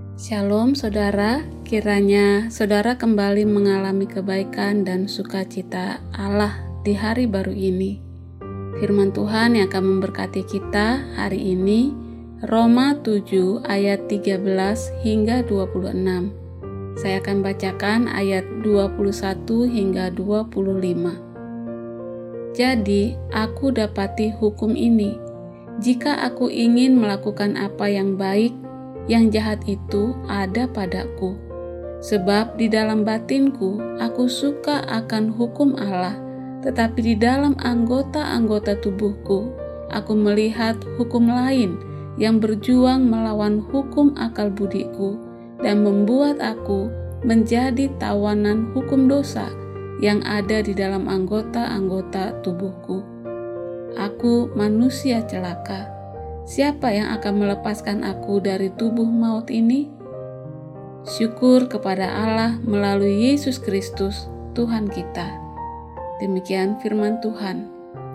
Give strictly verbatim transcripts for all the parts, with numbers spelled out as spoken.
Shalom saudara, kiranya saudara kembali mengalami kebaikan dan sukacita Allah di hari baru ini. Firman Tuhan yang akan memberkati kita hari ini, Roma tujuh ayat tiga belas hingga dua puluh enam. Saya akan bacakan ayat dua puluh satu hingga dua puluh lima. Jadi aku dapati hukum ini, jika aku ingin melakukan apa yang baik, yang jahat itu ada padaku. Sebab di dalam batinku aku suka akan hukum Allah, tetapi di dalam anggota-anggota tubuhku aku melihat hukum lain yang berjuang melawan hukum akal budiku dan membuat aku menjadi tawanan hukum dosa yang ada di dalam anggota-anggota tubuhku. Aku manusia celaka. Siapa yang akan melepaskan aku dari tubuh maut ini? Syukur kepada Allah melalui Yesus Kristus, Tuhan kita. Demikian firman Tuhan.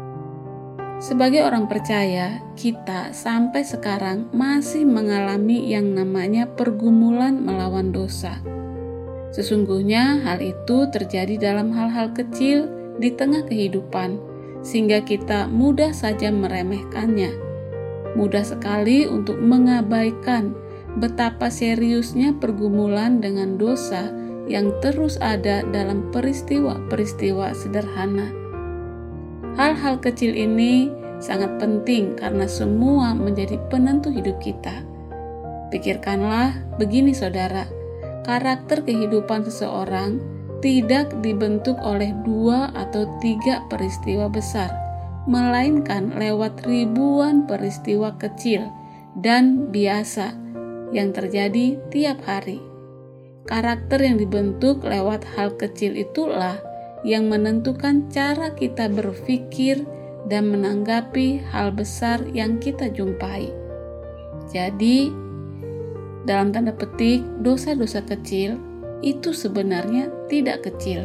Sebagai orang percaya, kita sampai sekarang masih mengalami yang namanya pergumulan melawan dosa. Sesungguhnya hal itu terjadi dalam hal-hal kecil di tengah kehidupan, sehingga kita mudah saja meremehkannya. Mudah sekali untuk mengabaikan betapa seriusnya pergumulan dengan dosa yang terus ada dalam peristiwa-peristiwa sederhana. Hal-hal kecil ini sangat penting karena semua menjadi penentu hidup kita. Pikirkanlah begini saudara, karakter kehidupan seseorang tidak dibentuk oleh dua atau tiga peristiwa besar, melainkan lewat ribuan peristiwa kecil dan biasa yang terjadi tiap hari. Karakter yang dibentuk lewat hal kecil itulah yang menentukan cara kita berpikir dan menanggapi hal besar yang kita jumpai. Jadi, dalam tanda petik, dosa-dosa kecil itu sebenarnya tidak kecil.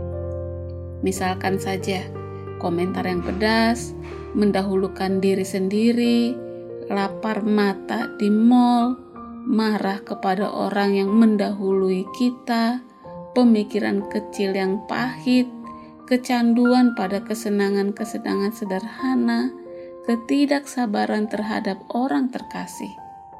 Misalkan saja, komentar yang pedas, mendahulukan diri sendiri, lapar mata di mal, marah kepada orang yang mendahului kita, pemikiran kecil yang pahit, kecanduan pada kesenangan-kesenangan sederhana, ketidaksabaran terhadap orang terkasih.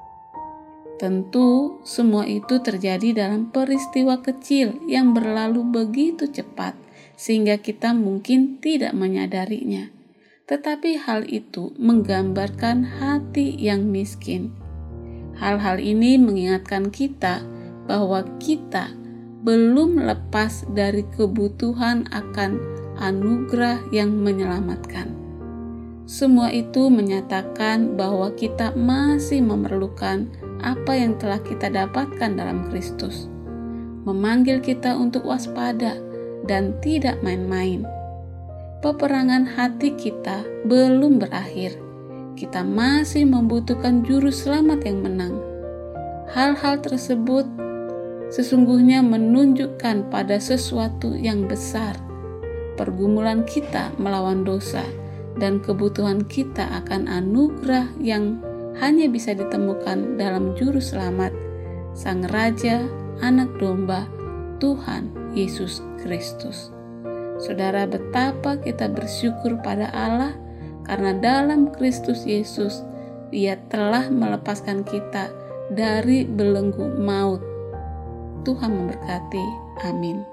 Tentu semua itu terjadi dalam peristiwa kecil yang berlalu begitu cepat, sehingga kita mungkin tidak menyadarinya. Tetapi hal itu menggambarkan hati yang miskin. Hal-hal ini mengingatkan kita bahwa kita belum lepas dari kebutuhan akan anugerah yang menyelamatkan. Semua itu menyatakan bahwa kita masih memerlukan apa yang telah kita dapatkan dalam Kristus, memanggil kita untuk waspada dan tidak main-main. Peperangan hati kita belum berakhir. Kita masih membutuhkan juru selamat yang menang. Hal-hal tersebut sesungguhnya menunjukkan pada sesuatu yang besar. Pergumulan kita melawan dosa dan kebutuhan kita akan anugerah yang hanya bisa ditemukan dalam juru selamat, Sang Raja, Anak Domba, Tuhan Yesus Kristus. Saudara, betapa kita bersyukur pada Allah karena dalam Kristus Yesus Dia telah melepaskan kita dari belenggu maut. Tuhan memberkati. Amin.